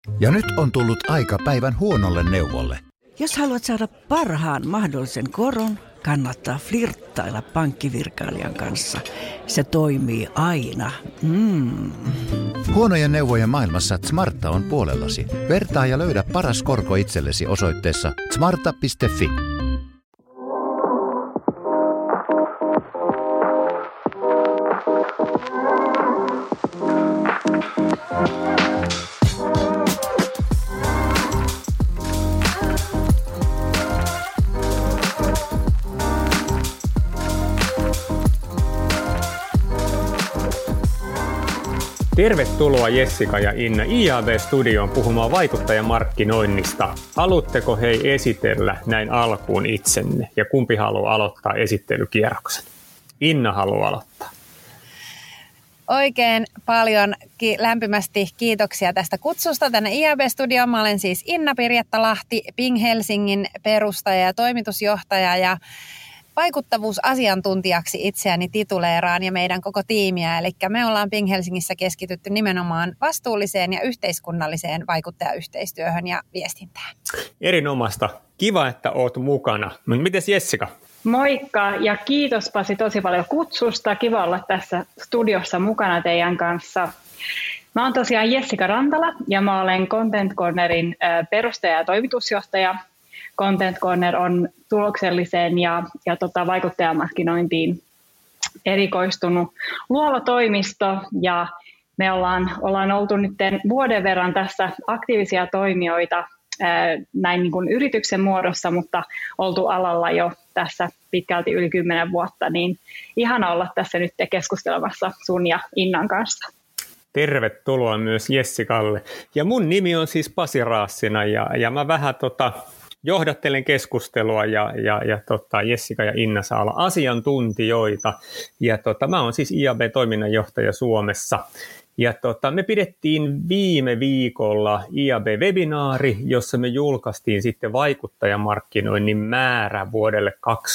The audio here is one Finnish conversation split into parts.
Ja nyt on tullut aika päivän huonolle neuvolle. Jos haluat saada parhaan mahdollisen koron, kannattaa flirttailla pankkivirkailijan kanssa. Se toimii aina. Huonojen neuvojen maailmassa Smarta on puolellasi. Vertaa ja löydä paras korko itsellesi osoitteessa smarta.fi. Tervetuloa Jessica ja Inna IAB-studioon puhumaan vaikuttajamarkkinoinnista. Haluatteko hei esitellä näin alkuun itsenne ja kumpi haluaa aloittaa esittelykierroksen? Inna haluaa aloittaa. Oikein paljon lämpimästi kiitoksia tästä kutsusta tänne IAB-studioon. Mä olen siis Inna Pirjetta-Lahti, Ping Helsingin perustaja ja toimitusjohtaja ja vaikuttavuusasiantuntijaksi itseäni tituleeraan ja meidän koko tiimiä. Eli me ollaan Ping Helsingissä keskitytty nimenomaan vastuulliseen ja yhteiskunnalliseen vaikuttajayhteistyöhön ja viestintään. Erinomaista. Kiva, että oot mukana. Mites Jessica? Moikka ja kiitos Pasi tosi paljon kutsusta. Kiva olla tässä studiossa mukana teidän kanssa. Mä oon tosiaan Jessica Rantala ja mä olen Content Cornerin perustaja ja toimitusjohtaja. Content Corner on tulokselliseen ja vaikuttajamarkkinointiin erikoistunut luova toimisto ja me ollaan oltu nyt vuoden verran tässä aktiivisia toimijoita näin niin kuin yrityksen muodossa, mutta oltu alalla jo tässä pitkälti yli 10 vuotta, niin ihana olla tässä nyt keskustelemassa sun ja Innan kanssa. Tervetuloa myös Jessicalle. Ja mun nimi on siis Pasi Raassina ja mä vähän johdattelen keskustelua ja Jessica ja Inna saa olla asiantuntijoita. Ja mä oon siis IAB-toiminnanjohtaja Suomessa. Ja me pidettiin viime viikolla IAB-webinaari, jossa me julkaistiin sitten vaikuttajamarkkinoinnin määrä vuodelle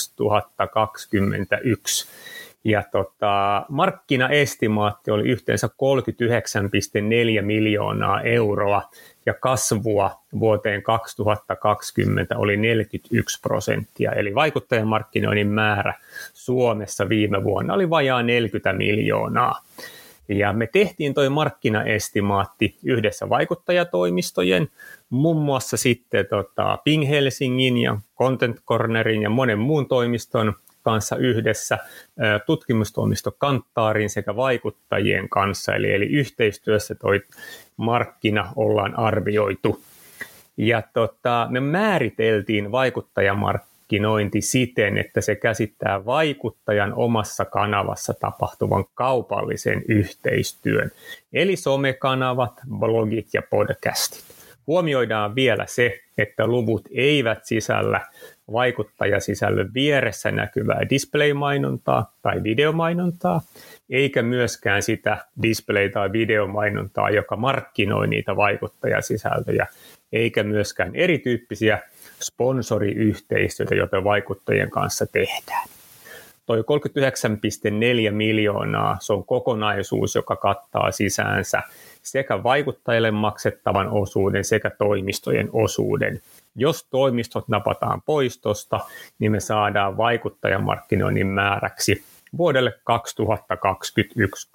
2021. Ja markkinaestimaatti oli yhteensä 39,4 miljoonaa euroa ja kasvua vuoteen 2020 oli 41%. Eli vaikuttajamarkkinoinnin määrä Suomessa viime vuonna oli vajaa 40 miljoonaa. Ja me tehtiin toi markkinaestimaatti yhdessä vaikuttajatoimistojen, muun muassa sitten Ping Helsingin ja Content Cornerin ja monen muun toimiston kanssa yhdessä, tutkimustoimisto Kanttaarin sekä vaikuttajien kanssa, eli yhteistyössä toi markkina ollaan arvioitu. Ja me määriteltiin vaikuttajamarkkinointi siten, että se käsittää vaikuttajan omassa kanavassa tapahtuvan kaupallisen yhteistyön, eli somekanavat, blogit ja podcastit. Huomioidaan vielä se, että luvut eivät sisällä vaikuttajasisällön vieressä näkyvää display-mainontaa tai videomainontaa, eikä myöskään sitä display- tai videomainontaa, joka markkinoi niitä vaikuttajasisältöjä, eikä myöskään erityyppisiä sponsoriyhteistyötä, joita vaikuttajien kanssa tehdään. Toi 39,4 miljoonaa, se on kokonaisuus, joka kattaa sisäänsä sekä vaikuttajille maksettavan osuuden sekä toimistojen osuuden. Jos toimistot napataan poistosta, niin me saadaan vaikuttajamarkkinoinnin määräksi vuodelle 2021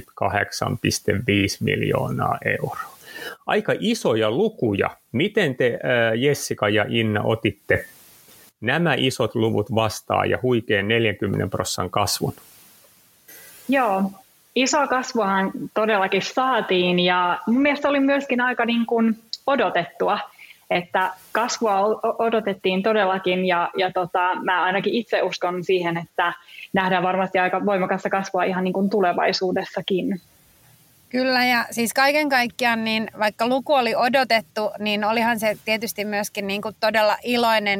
28,5 miljoonaa euroa. Aika isoja lukuja. Miten te Jessica ja Inna otitte nämä isot luvut vastaan ja huikean 40% kasvun? Joo, iso kasvuhan todellakin saatiin ja mun mielestä oli myöskin aika niin kuin odotettua, että kasvua odotettiin todellakin ja mä ainakin itse uskon siihen, että nähdään varmasti aika voimakasta kasvua ihan niin kuin tulevaisuudessakin. Kyllä ja siis kaiken kaikkiaan niin vaikka luku oli odotettu, niin olihan se tietysti myöskin niin kuin todella iloinen ja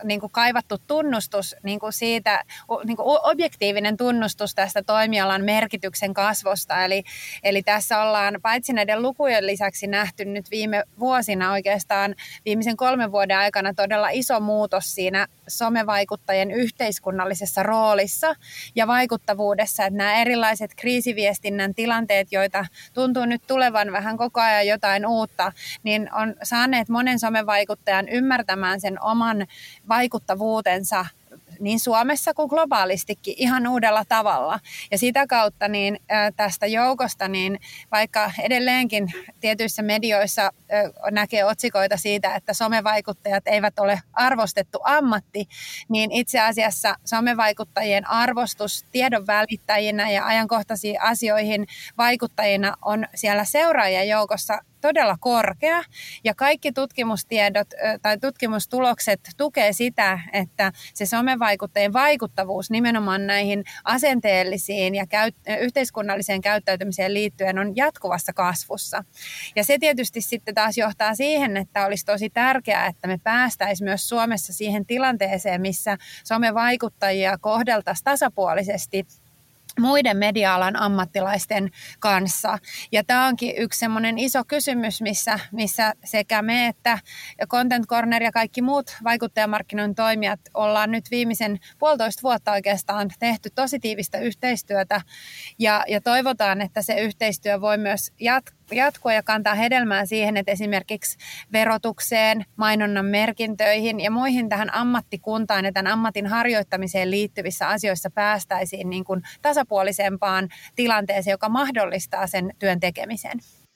niin kuin kaivattu tunnustus niin kuin siitä, niin kuin objektiivinen tunnustus tästä toimialan merkityksen kasvusta. Eli tässä ollaan paitsi näiden lukujen lisäksi nähty nyt viime vuosina oikeastaan viimeisen 3 vuoden aikana todella iso muutos siinä somevaikuttajien yhteiskunnallisessa roolissa ja vaikuttavuudessa, että nämä erilaiset kriisiviestinnän tilanteet, joita tuntuu nyt tulevan vähän koko ajan jotain uutta, niin on saaneet monen somevaikuttajan ymmärtämään sen oman vaikuttavuutensa niin Suomessa kuin globaalistikin ihan uudella tavalla. Ja sitä kautta niin tästä joukosta, niin vaikka edelleenkin tietyissä medioissa näkee otsikoita siitä, että somevaikuttajat eivät ole arvostettu ammatti, niin itse asiassa somevaikuttajien arvostus tiedon välittäjinä ja ajankohtaisiin asioihin vaikuttajina on siellä seuraajien joukossa todella korkea, ja kaikki tutkimustiedot tai tutkimustulokset tukee sitä, että se somevaikuttajien vaikuttavuus nimenomaan näihin asenteellisiin ja yhteiskunnalliseen käyttäytymiseen liittyen on jatkuvassa kasvussa. Ja se tietysti sitten taas johtaa siihen, että olisi tosi tärkeää, että me päästäisiin myös Suomessa siihen tilanteeseen, missä somevaikuttajia kohdeltaisiin tasapuolisesti muiden media-alan ammattilaisten kanssa. Ja tämä onkin yksi semmoinen iso kysymys, missä sekä me että Content Corner ja kaikki muut vaikuttajamarkkinoinnin toimijat ollaan nyt viimeisen 1,5 vuotta oikeastaan tehty tosi tiivistä yhteistyötä ja toivotaan, että se yhteistyö voi myös jatkua ja kantaa hedelmää siihen, että esimerkiksi verotukseen, mainonnan merkintöihin ja muihin tähän ammattikuntaan ja tämän ammatin harjoittamiseen liittyvissä asioissa päästäisiin niin kuin tasapuolisempaan tilanteeseen, joka mahdollistaa sen työn tekemisen.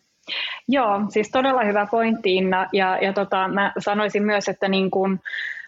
Joo, siis todella hyvä pointti, Inna. Ja mä sanoisin myös, että niin kuin,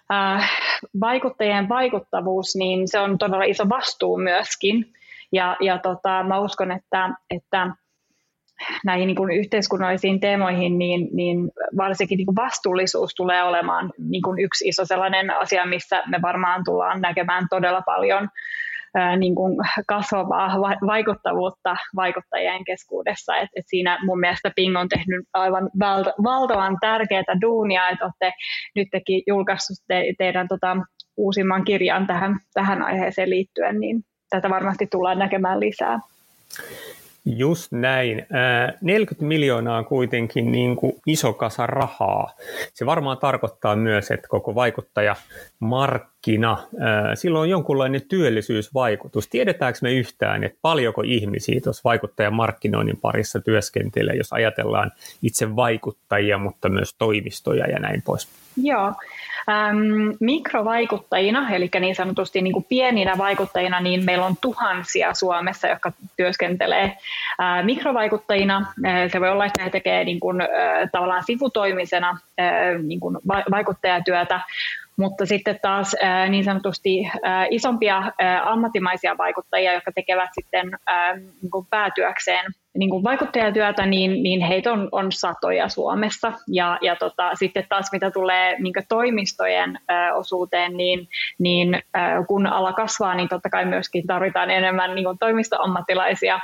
vaikuttajien vaikuttavuus, niin se on todella iso vastuu myöskin. Ja mä uskon, että näihin niin kuin yhteiskunnallisiin teemoihin, niin varsinkin niin kuin vastuullisuus tulee olemaan niin kuin yksi iso sellainen asia, missä me varmaan tullaan näkemään todella paljon niin kuin kasvavaa vaikuttavuutta vaikuttajien keskuudessa. Et siinä mun mielestä Ping on tehnyt aivan valtavan tärkeää duunia, että olette nytkin julkaissut teidän uusimman kirjan tähän aiheeseen liittyen, niin tätä varmasti tullaan näkemään lisää. Just näin. 40 miljoonaa on kuitenkin niin kuin iso kasa rahaa. Se varmaan tarkoittaa myös, että koko vaikuttajamarkkina, sillä on jonkunlainen työllisyysvaikutus. Tiedetäänkö me yhtään, että paljonko ihmisiä tuossa vaikuttajamarkkinoinnin parissa työskentelee, jos ajatellaan itse vaikuttajia, mutta myös toimistoja ja näin pois? Joo. Mikrovaikuttajina, eli niin sanotusti niin kuin pieninä vaikuttajina, niin meillä on tuhansia Suomessa, jotka työskentelee mikrovaikuttajina. Se voi olla, että he tekevät niin kuin, tavallaan sivutoimisena niin kuin vaikuttajatyötä, mutta sitten taas niin sanotusti isompia ammattimaisia vaikuttajia, jotka tekevät sitten niin kuin päätyökseen niin kuin vaikuttajatyötä, niin heitä on satoja Suomessa. Ja sitten taas mitä tulee niin kuin toimistojen osuuteen, niin kun ala kasvaa, niin totta kai myöskin tarvitaan enemmän niin kuin toimistoammattilaisia.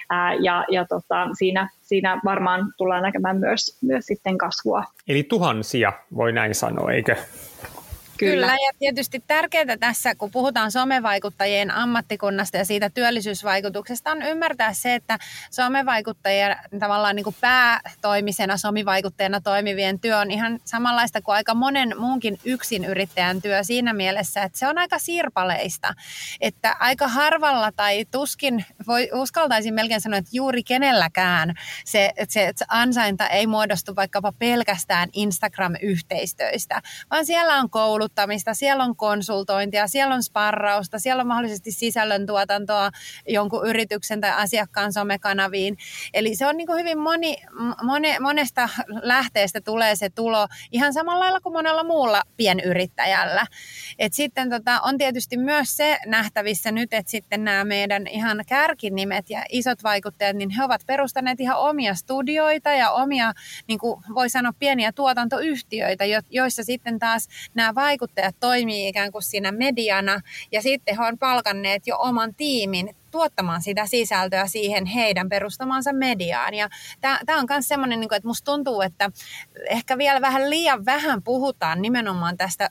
Siinä varmaan tullaan näkemään myös sitten kasvua. Eli tuhansia voi näin sanoa, eikö? Kyllä, ja tietysti tärkeää tässä, kun puhutaan somevaikuttajien ammattikunnasta ja siitä työllisyysvaikutuksesta, on ymmärtää se, että somevaikuttajien tavallaan niin kuin päätoimisena somevaikuttajana toimivien työ on ihan samanlaista kuin aika monen muunkin yksinyrittäjän työ siinä mielessä, että se on aika sirpaleista, että aika harvalla tai tuskin uskaltaisin melkein sanoa, että juuri kenelläkään se ansainta ei muodostu vaikkapa pelkästään Instagram-yhteistöistä, vaan siellä on koulut, siellä on konsultointia, siellä on sparrausta, siellä on mahdollisesti sisällöntuotantoa jonkun yrityksen tai asiakkaan somekanaviin. Eli se on niin kuin hyvin monesta lähteestä tulee se tulo ihan samalla lailla kuin monella muulla pienyrittäjällä. Et sitten on tietysti myös se nähtävissä nyt, että sitten nämä meidän ihan kärkinimet ja isot vaikuttajat, niin he ovat perustaneet ihan omia studioita ja omia, niin kuin voi sanoa, pieniä tuotantoyhtiöitä, joissa sitten taas nämä vaikuttajat vaikuttajat toimii ikään kuin siinä mediana ja sitten he on palkanneet jo oman tiimin tuottamaan sitä sisältöä siihen heidän perustamansa mediaan. Ja tämä on myös semmoinen, että musta tuntuu, että ehkä vielä vähän liian vähän puhutaan nimenomaan tästä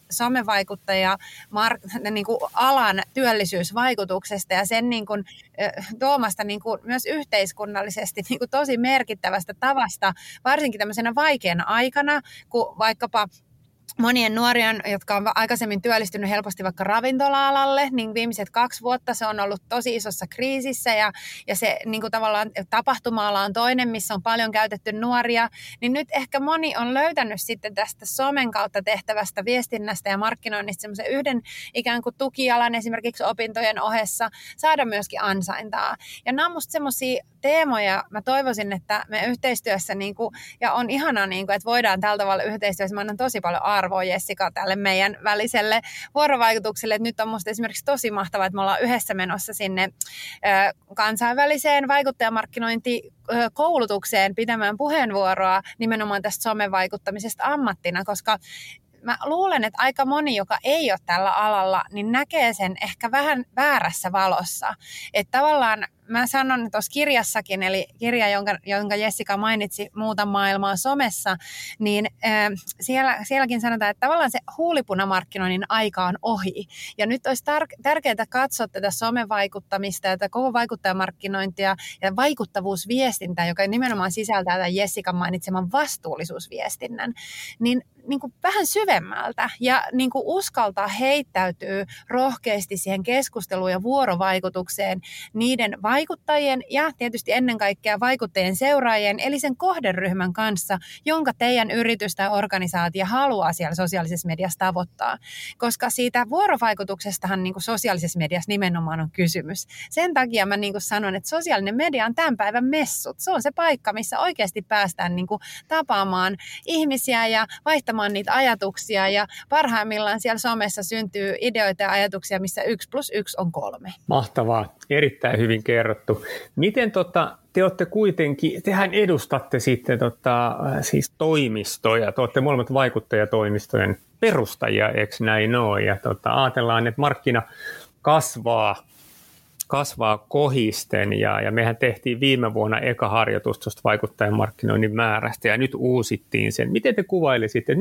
somevaikuttaja-alan työllisyysvaikutuksesta ja sen tuomasta myös yhteiskunnallisesti tosi merkittävästä tavasta, varsinkin tämmöisenä vaikeana aikana, kun vaikkapa monien nuorien, jotka on aikaisemmin työllistynyt helposti vaikka ravintola-alalle, niin viimeiset 2 vuotta se on ollut tosi isossa kriisissä ja se tavallaan tapahtuma-ala on toinen, missä on paljon käytetty nuoria, niin nyt ehkä moni on löytänyt sitten tästä somen kautta tehtävästä viestinnästä ja markkinoinnista semmoisen yhden ikään kuin tukialan esimerkiksi opintojen ohessa saada myöskin ansaintaa. Ja nämä on musta semmoisia teemoja, mä toivoisin, että me yhteistyössä, ja on ihanaa, että voidaan tällä tavalla yhteistyössä, mä annan tosi paljon arvoa Jessica tälle meidän väliselle vuorovaikutukselle, että nyt on musta esimerkiksi tosi mahtavaa, että me ollaan yhdessä menossa sinne kansainväliseen vaikuttajamarkkinointikoulutukseen pitämään puheenvuoroa nimenomaan tästä somevaikuttamisesta ammattina, koska mä luulen, että aika moni, joka ei ole tällä alalla, niin näkee sen ehkä vähän väärässä valossa. Että tavallaan mä sanon tuossa kirjassakin, eli kirja, jonka Jessica mainitsi Muuta maailmaa somessa, niin sielläkin sanotaan, että tavallaan se huulipunamarkkinoinnin aika on ohi. Ja nyt olisi tärkeää katsoa tätä somevaikuttamista ja tätä koko vaikuttajamarkkinointia ja vaikuttavuusviestintää, joka nimenomaan sisältää tämän Jessican mainitseman vastuullisuusviestinnän, niin kuin vähän syvemmältä ja niin kuin uskaltaa heittäytyy rohkeasti siihen keskusteluun ja vuorovaikutukseen niiden vaikuttajien ja tietysti ennen kaikkea vaikuttajien seuraajien, eli sen kohderyhmän kanssa, jonka teidän yritys tai organisaatio haluaa siellä sosiaalisessa mediassa tavoittaa. Koska siitä vuorovaikutuksestahan niin kuin sosiaalisessa mediassa nimenomaan on kysymys. Sen takia mä niin kuin sanon, että sosiaalinen media on tämän päivän messut. Se on se paikka, missä oikeasti päästään niin kuin tapaamaan ihmisiä ja vaihtamaan niitä ajatuksia ja parhaimmillaan siellä somessa syntyy ideoita ja ajatuksia, missä 1+1 on 3. Mahtavaa, erittäin hyvin kerrottu. Miten te olette kuitenkin, tehän edustatte sitten siis toimistoja, te olette molemmat vaikuttajatoimistojen perustajia, eikö näin ole? Ja ajatellaan, että markkina kasvaa kohisten ja mehän tehtiin viime vuonna eka harjoitus tuosta vaikuttajamarkkinoinnin määrästä ja nyt uusittiin sen. Miten te kuvailisitte,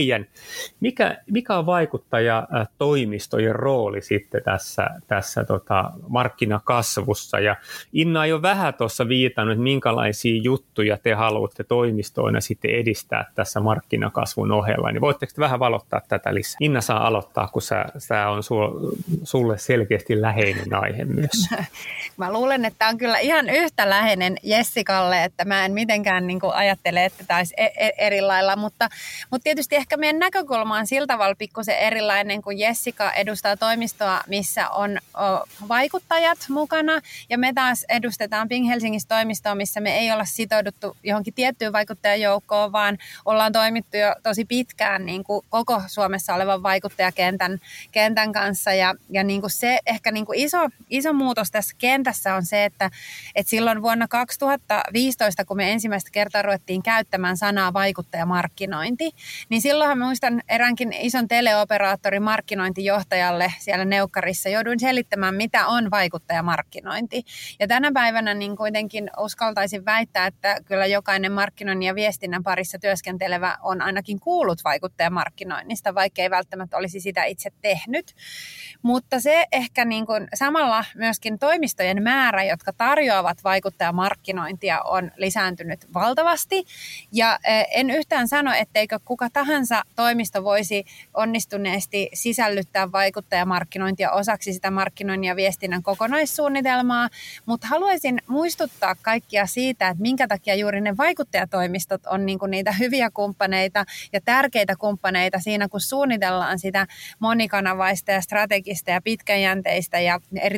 mikä on vaikuttajatoimistojen rooli sitten tässä markkinakasvussa? Ja Inna on jo vähän tuossa viitannut, että minkälaisia juttuja te haluatte toimistoina sitten edistää tässä markkinakasvun ohella. Niin voitteko te vähän valottaa tätä lisää? Inna saa aloittaa, kun tämä on sulle selkeästi läheinen aihe myös. Mä luulen, että tämä on kyllä ihan yhtä läheinen Jessicalle, että mä en mitenkään ajattele, että tämä olisi eri lailla, mutta tietysti ehkä meidän näkökulma on sillä tavalla pikkusen erilainen, kun Jessica edustaa toimistoa, missä on vaikuttajat mukana, ja me taas edustetaan Ping Helsingissä toimistoa, missä me ei olla sitouduttu johonkin tiettyyn vaikuttajajoukkoon, vaan ollaan toimittu jo tosi pitkään koko Suomessa olevan vaikuttajakentän kanssa, ja se ehkä iso muutos tässä kentässä on se, että silloin vuonna 2015, kun me ensimmäistä kertaa ruvettiin käyttämään sanaa vaikuttajamarkkinointi, niin silloinhan muistan eräänkin ison teleoperaattorin markkinointijohtajalle siellä Neukkarissa jouduin selittämään, mitä on vaikuttajamarkkinointi. Ja tänä päivänä niin kuitenkin uskaltaisin väittää, että kyllä jokainen markkinoinnin ja viestinnän parissa työskentelevä on ainakin kuullut vaikuttajamarkkinoinnista, vaikka ei välttämättä olisi sitä itse tehnyt. Mutta se ehkä samalla myöskin toimistojen määrä, jotka tarjoavat vaikuttajamarkkinointia, on lisääntynyt valtavasti. Ja en yhtään sano, etteikö kuka tahansa toimisto voisi onnistuneesti sisällyttää vaikuttajamarkkinointia osaksi sitä markkinoinnin ja viestinnän kokonaissuunnitelmaa, mutta haluaisin muistuttaa kaikkia siitä, että minkä takia juuri ne vaikuttajatoimistot on niitä hyviä kumppaneita ja tärkeitä kumppaneita siinä, kun suunnitellaan sitä monikanavaista ja strategista ja pitkäjänteistä ja erityisesti tähän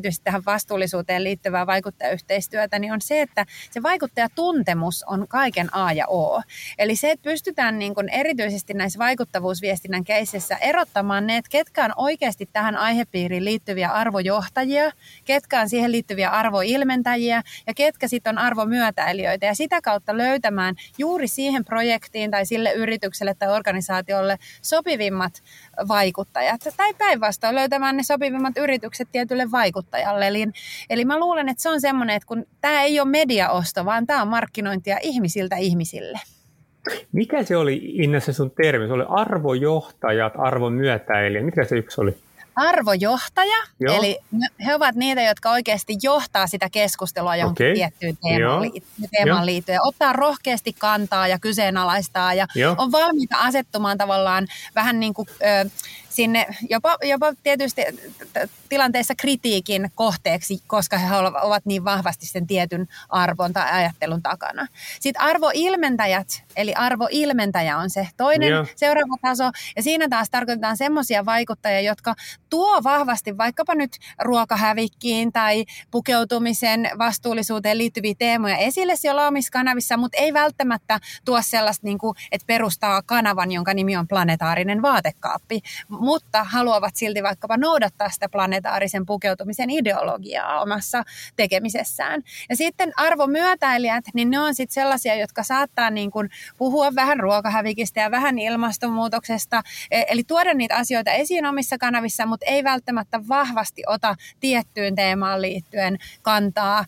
vastuullisuuteen liittyvää vaikuttajayhteistyötä, niin on se, että se vaikuttajatuntemus on kaiken A ja O. Eli se, että pystytään niin kuin erityisesti näissä vaikuttavuusviestinnän keisseissä erottamaan ne, että ketkä on oikeasti tähän aihepiiriin liittyviä arvojohtajia, ketkä on siihen liittyviä arvoilmentäjiä ja ketkä sitten on arvomyötäilijöitä ja sitä kautta löytämään juuri siihen projektiin tai sille yritykselle tai organisaatiolle sopivimmat vaikuttajat tai päinvastoin löytämään ne sopivimmat yritykset tietylle vaikuttajalle. Eli mä luulen, että se on semmoinen, että kun tämä ei ole mediaosto, vaan tämä on markkinointia ihmisiltä ihmisille. Mikä se oli, Inna, se sun termi? Se oli arvojohtajat, arvomyötäilijät. Mikä se yksi oli? Arvojohtaja, Joo. Eli he ovat niitä, jotka oikeasti johtaa sitä keskustelua johonkin tiettyyn teemaan liittyen. Ottaa rohkeasti kantaa ja kyseenalaistaa ja on valmiita asettumaan tavallaan vähän niin kuin sinne jopa tietysti tilanteessa kritiikin kohteeksi, koska he ovat niin vahvasti sen tietyn arvon tai ajattelun takana. Sitten arvoilmentäjät, eli arvoilmentäjä on se toinen seuraava taso, ja siinä taas tarkoitetaan semmoisia vaikuttajia, jotka tuo vahvasti vaikkapa nyt ruokahävikkiin tai pukeutumisen vastuullisuuteen liittyviä teemoja esille siellä omissa kanavissa, mutta ei välttämättä tuo sellaista, niin kuin, että perustaa kanavan, jonka nimi on planetaarinen vaatekaappi, mutta haluavat silti vaikkapa noudattaa sitä planetaarisen pukeutumisen ideologiaa omassa tekemisessään. Ja sitten arvomyötäilijät, niin ne on sitten sellaisia, jotka saattaa niin kuin puhua vähän ruokahävikistä ja vähän ilmastonmuutoksesta, eli tuoda niitä asioita esiin omissa kanavissa, mutta ei välttämättä vahvasti ota tiettyyn teemaan liittyen kantaa.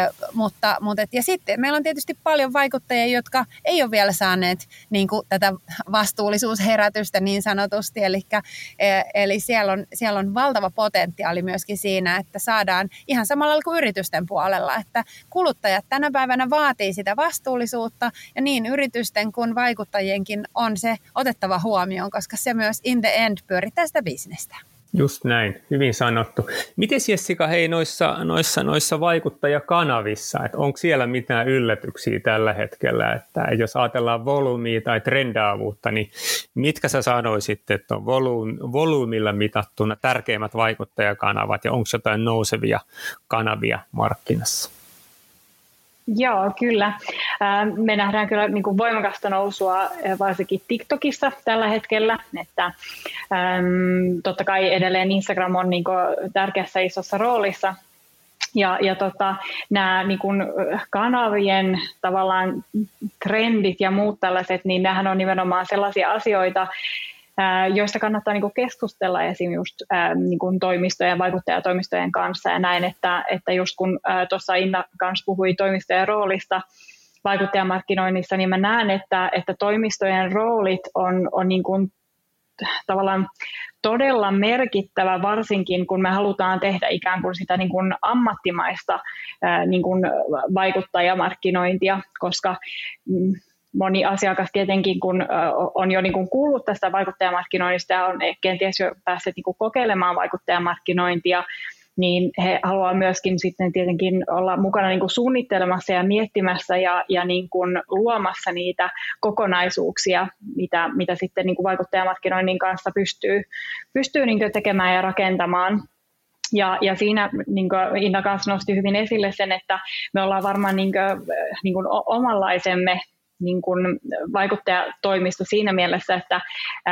Ja sitten meillä on tietysti paljon vaikuttajia, jotka ei ole vielä saaneet niin kuin tätä vastuullisuusherätystä niin sanotusti, eli siellä on valtava potentiaali myöskin siinä, että saadaan ihan samalla kuin yritysten puolella, että kuluttajat tänä päivänä vaatii sitä vastuullisuutta ja niin yritysten kuin vaikuttajienkin on se otettava huomioon, koska se myös in the end pyörittää sitä bisnestä. Just näin, hyvin sanottu. Miten Jessica, hei noissa vaikuttajakanavissa, että onko siellä mitään yllätyksiä tällä hetkellä, että jos ajatellaan volyymia tai trendaavuutta, niin mitkä sä sanoisit, että on volyymilla mitattuna tärkeimmät vaikuttajakanavat ja onko jotain nousevia kanavia markkinassa? Joo, kyllä. Me nähdään kyllä niin kuin voimakasta nousua varsinkin TikTokissa tällä hetkellä, että totta kai edelleen Instagram on niin kuin tärkeässä isossa roolissa. Ja nämä niin kuin kanavien tavallaan trendit ja muut tällaiset, niin nämähän on nimenomaan sellaisia asioita, joista kannattaa niin kuin keskustella esim. Just niin kuin toimistojen, vaikuttajatoimistojen kanssa ja näin, että just kun tuossa Inna kanssa puhui toimistojen roolista vaikuttajamarkkinoinnissa, niin mä näen, että toimistojen roolit on niin kuin tavallaan todella merkittävä, varsinkin kun me halutaan tehdä ikään kuin sitä niin kuin ammattimaista niin kuin vaikuttajamarkkinointia, koska moni asiakas tietenkin, kun on jo niin kuin kuullut tästä vaikuttajamarkkinoinnista ja on kenties jo päässyt niin kuin kokeilemaan vaikuttajamarkkinointia, niin he haluaa myöskin sitten tietenkin olla mukana niin kuin suunnittelemassa ja miettimässä ja niin kuin luomassa niitä kokonaisuuksia, mitä sitten niin kuin vaikuttajamarkkinoinnin kanssa pystyy niin kuin tekemään ja rakentamaan. Ja siinä niin kuin Inna kanssa nosti hyvin esille sen, että me ollaan varmaan niin kuin omanlaisemme niin kuin vaikuttajatoimisto siinä mielessä, että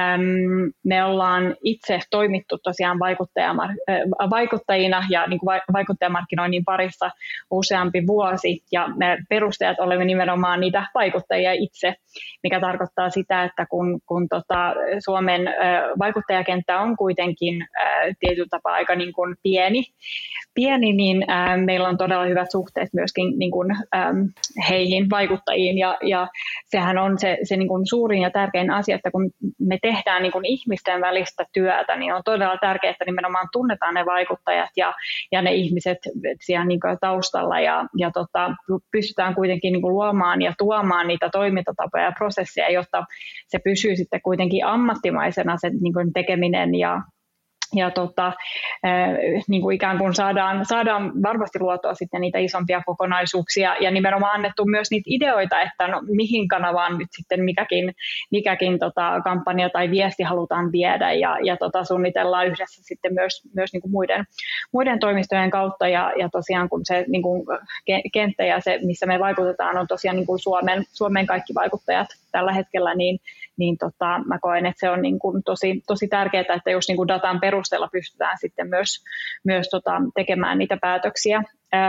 me ollaan itse toimittu tosiaan vaikuttajina ja niin kuin vaikuttajamarkkinoinnin parissa useampi vuosi, ja me perustajat olemme nimenomaan niitä vaikuttajia itse, mikä tarkoittaa sitä, että kun Suomen vaikuttajakenttä on kuitenkin tietyllä tapaa aika niin kuin pieni, niin meillä on todella hyvät suhteet myöskin niin kuin heihin vaikuttajiin, ja sehän on se niin kuin suurin ja tärkein asia, että kun me tehdään niin kuin ihmisten välistä työtä, niin on todella tärkeää, että nimenomaan tunnetaan ne vaikuttajat ja ne ihmiset siellä niin kuin taustalla, ja pystytään kuitenkin niin kuin luomaan ja tuomaan niitä toimintatapoja ja prosesseja, jotta se pysyy sitten kuitenkin ammattimaisena se niin kuin tekeminen niin kuin ikään kuin saadaan varmasti luotua sitten niitä isompia kokonaisuuksia ja nimenomaan annettu myös niitä ideoita, että no, mihin kanavaan nyt sitten mikäkin kampanja tai viesti halutaan viedä ja suunnitellaan yhdessä sitten myös niin kuin muiden toimistojen kautta ja tosiaan kun se niin kuin kenttä ja se, missä me vaikutetaan, on tosiaan niin kuin Suomen kaikki vaikuttajat tällä hetkellä, niin mä koen, että se on niin kuin tosi tärkeää, että just niin kuin datan perusteella pystytään sitten myös tekemään niitä päätöksiä.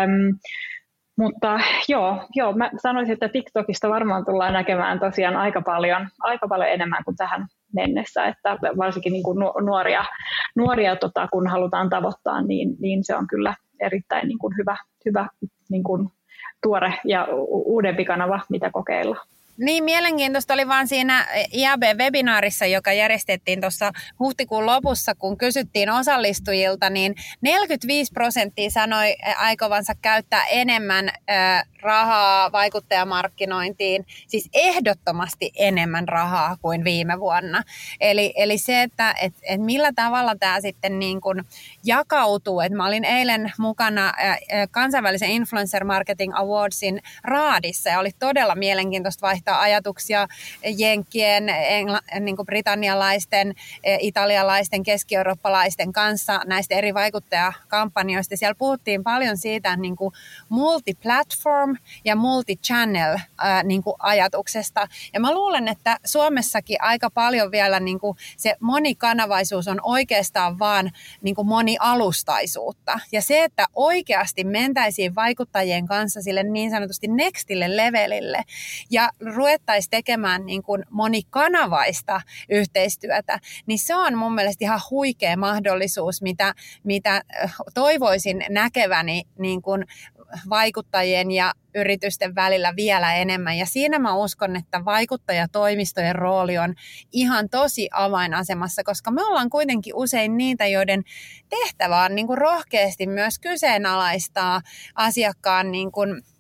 Mutta joo, mä sanoisin, että TikTokista varmaan tullaan näkemään tosiaan aika paljon enemmän kuin tähän mennessä, että varsinkin niin kuin nuoria kun halutaan tavoittaa, niin se on kyllä erittäin niin kuin hyvä niin kuin tuore ja uudempi kanava, mitä kokeillaan. Niin, mielenkiintoista oli vaan siinä IAB-webinaarissa, joka järjestettiin tuossa huhtikuun lopussa, kun kysyttiin osallistujilta, niin 45% sanoi aikovansa käyttää enemmän rahaa vaikuttajamarkkinointiin, siis ehdottomasti enemmän rahaa kuin viime vuonna. Eli se, että millä tavalla tämä sitten niin kuin jakautuu. Että mä olin eilen mukana kansainvälisen Influencer Marketing Awardsin raadissa ja oli todella mielenkiintoista vaihtaa ajatuksia jenkkien, niin kuin britannialaisten, italialaisten, keski-eurooppalaisten kanssa näistä eri vaikuttajakampanjoista. Siellä puhuttiin paljon siitä niin kuin multi-platform ja multi-channel niin kuin ajatuksesta. Ja mä luulen, että Suomessakin aika paljon vielä niin kuin se monikanavaisuus on oikeastaan vaan niin kuin monialustaisuutta. Ja se, että oikeasti mentäisiin vaikuttajien kanssa sille niin sanotusti nextille levelille ja ruvettaisiin tekemään niin kuin monikanavaista yhteistyötä, niin se on mun mielestä ihan huikea mahdollisuus, mitä toivoisin näkeväni niin kuin vaikuttajien ja yritysten välillä vielä enemmän. Ja siinä mä uskon, että vaikuttajatoimistojen rooli on ihan tosi avainasemassa, koska me ollaan kuitenkin usein niitä, joiden tehtävä on niin kuin rohkeasti myös kyseenalaistaa asiakkaan niin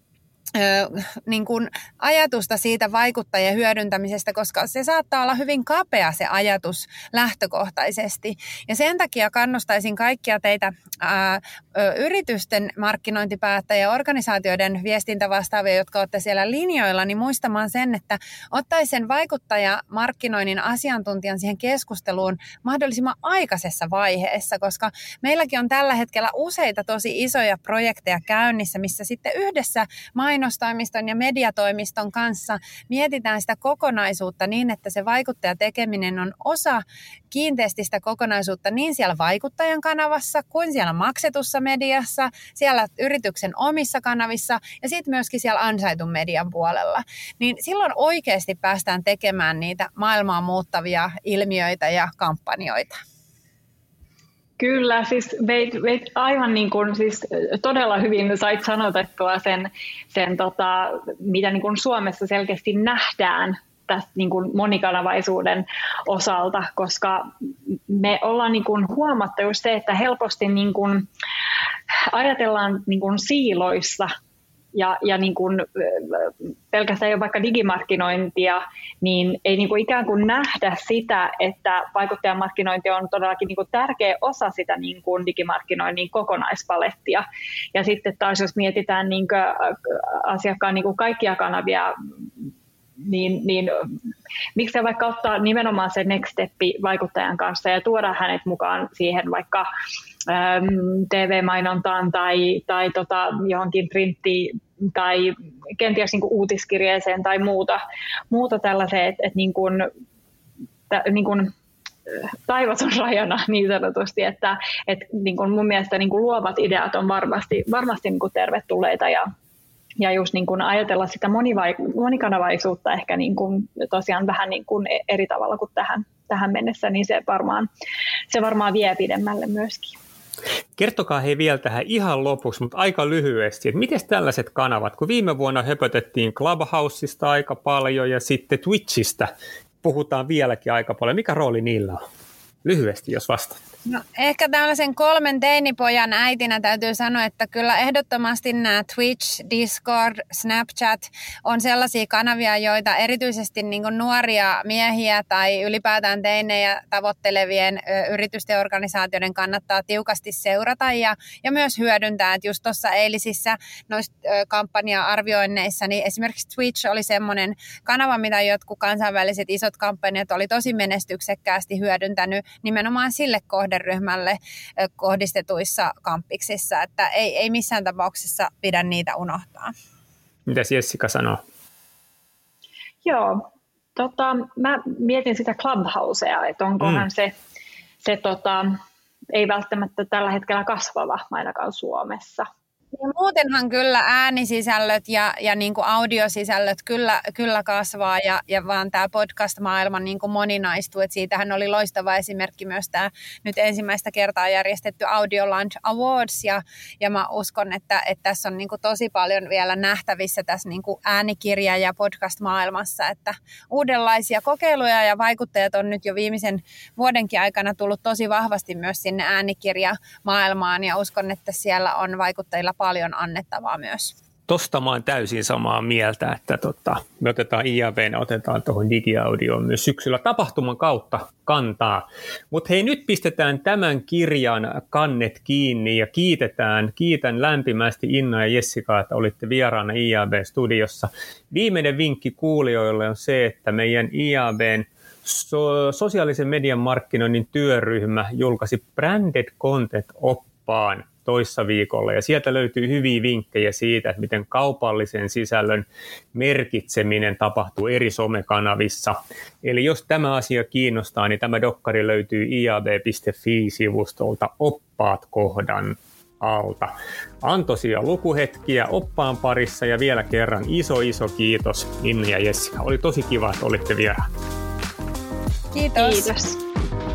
kuin ajatusta siitä vaikuttajien hyödyntämisestä, koska se saattaa olla hyvin kapea se ajatus lähtökohtaisesti. Ja sen takia kannustaisin kaikkia teitä yritysten markkinointipäättäjiä ja organisaatioiden viestintävastaavia, jotka olette siellä linjoilla, niin muistamaan sen, että ottaisi sen vaikuttajamarkkinoinnin asiantuntijan siihen keskusteluun mahdollisimman aikaisessa vaiheessa, koska meilläkin on tällä hetkellä useita tosi isoja projekteja käynnissä, missä sitten yhdessä mainostoimiston ja mediatoimiston kanssa mietitään sitä kokonaisuutta niin, että se vaikuttajatekeminen on osa kiinteästi sitä kokonaisuutta niin siellä vaikuttajan kanavassa kuin siellä maksetussa mediassa, siellä yrityksen omissa kanavissa ja sitten myöskin siellä ansaitun median puolella. Niin silloin oikeasti päästään tekemään niitä maailmaa muuttavia ilmiöitä ja kampanjoita. Kyllä, siis veit aivan niin kuin, siis todella hyvin sait sanotettua sen mitä niin kuin Suomessa selkeästi nähdään tästä niin kuin monikanavaisuuden osalta, koska me ollaan niin kuin huomattu just se, että helposti niin kuin ajatellaan niin kuin siiloissa ja niin kuin pelkästään jo vaikka digimarkkinointia, niin ei niin kuin ikään kuin nähdä sitä, että vaikuttajamarkkinointi on todellakin niin kuin tärkeä osa sitä niin kuin digimarkkinoinnin kokonaispalettia. Ja sitten taas jos mietitään niin kuin asiakkaan niin kuin kaikkia kanavia, niin miksi vaikka ottaa nimenomaan se next steppi vaikuttajan kanssa ja tuoda hänet mukaan siihen vaikka TV-mainontaan tai johonkin printtiin tai kenties niin kuin uutiskirjeeseen tai muuta tällaiseen, että niin kuin taivas on rajana niin sanotusti, että niin kuin mun mielestä niin kuin luovat ideat on varmasti niin kuin tervetulleita ja just niin kuin ajatella sitä monikanavaisuutta ehkä niin kuin tosiaan vähän niin kuin eri tavalla kuin tähän mennessä, niin se varmaan vie pidemmälle myöskin. Kertokaa hei vielä tähän ihan lopuksi, mutta aika lyhyesti, että miten tällaiset kanavat, kun viime vuonna höpötettiin Clubhouseista aika paljon ja sitten Twitchistä puhutaan vieläkin aika paljon, mikä rooli niillä on? Lyhyesti, jos vastaat. No, ehkä tällaisen 3 teinipojan äitinä täytyy sanoa, että kyllä ehdottomasti nämä Twitch, Discord, Snapchat on sellaisia kanavia, joita erityisesti niin kuin nuoria miehiä tai ylipäätään teinejä tavoittelevien yritysten ja organisaatioiden kannattaa tiukasti seurata ja myös hyödyntää. Että just tuossa eilisissä noissa kampanja-arvioinneissa, niin esimerkiksi Twitch oli semmoinen kanava, mitä jotkut kansainväliset isot kampanjat oli tosi menestyksekkäästi hyödyntänyt nimenomaan sille kohderyhmälle kohdistetuissa kampiksissa, että ei missään tapauksessa pidä niitä unohtaa. Mitäs Jessica sanoo? Joo, mä mietin sitä Clubhousea, että onkohan se ei välttämättä tällä hetkellä kasvava ainakaan Suomessa. Ja muutenhan kyllä äänisisällöt ja niin kuin audiosisällöt kyllä kasvaa ja vaan tämä podcast-maailma niin kuin moninaistuu. Et siitähän oli loistava esimerkki myös tämä nyt ensimmäistä kertaa järjestetty Audio Launch Awards ja mä uskon, että tässä on niin kuin tosi paljon vielä nähtävissä tässä niin kuin äänikirja- ja podcast-maailmassa, että uudenlaisia kokeiluja ja vaikuttajat on nyt jo viimeisen vuodenkin aikana tullut tosi vahvasti myös sinne äänikirjamaailmaan ja uskon, että siellä on vaikuttajilla paljon annettavaa myös. Tosta mä oon täysin samaa mieltä, että me otetaan IAB:nä, otetaan tuohon digiaudioon myös syksyllä tapahtuman kautta kantaa. Mutta hei, nyt pistetään tämän kirjan kannet kiinni ja kiitän lämpimästi Inna ja Jessica, että olitte vieraana IAB-studiossa. Viimeinen vinkki kuulijoille on se, että meidän IAB:n sosiaalisen median markkinoinnin työryhmä julkaisi Branded Content-oppaan toissa viikolla, ja sieltä löytyy hyviä vinkkejä siitä, että miten kaupallisen sisällön merkitseminen tapahtuu eri somekanavissa. Eli jos tämä asia kiinnostaa, niin tämä dokkari löytyy iab.fi-sivustolta oppaat kohdan alta. Antoisia lukuhetkiä oppaan parissa, ja vielä kerran iso kiitos Inna ja Jessica. Oli tosi kiva, että olitte vieraana. Kiitos. Kiitos.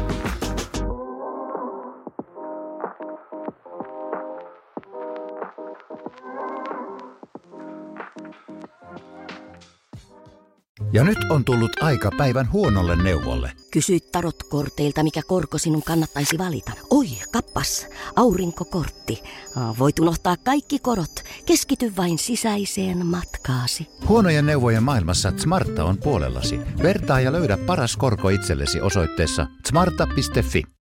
Ja nyt on tullut aika päivän huonolle neuvolle. Kysy tarotkorteilta, mikä korko sinun kannattaisi valita. Oi, kappas, aurinkokortti. Voit unohtaa kaikki korot. Keskity vain sisäiseen matkaasi. Huonojen neuvojen maailmassa Smarta on puolellasi. Vertaa ja löydä paras korko itsellesi osoitteessa smarta.fi.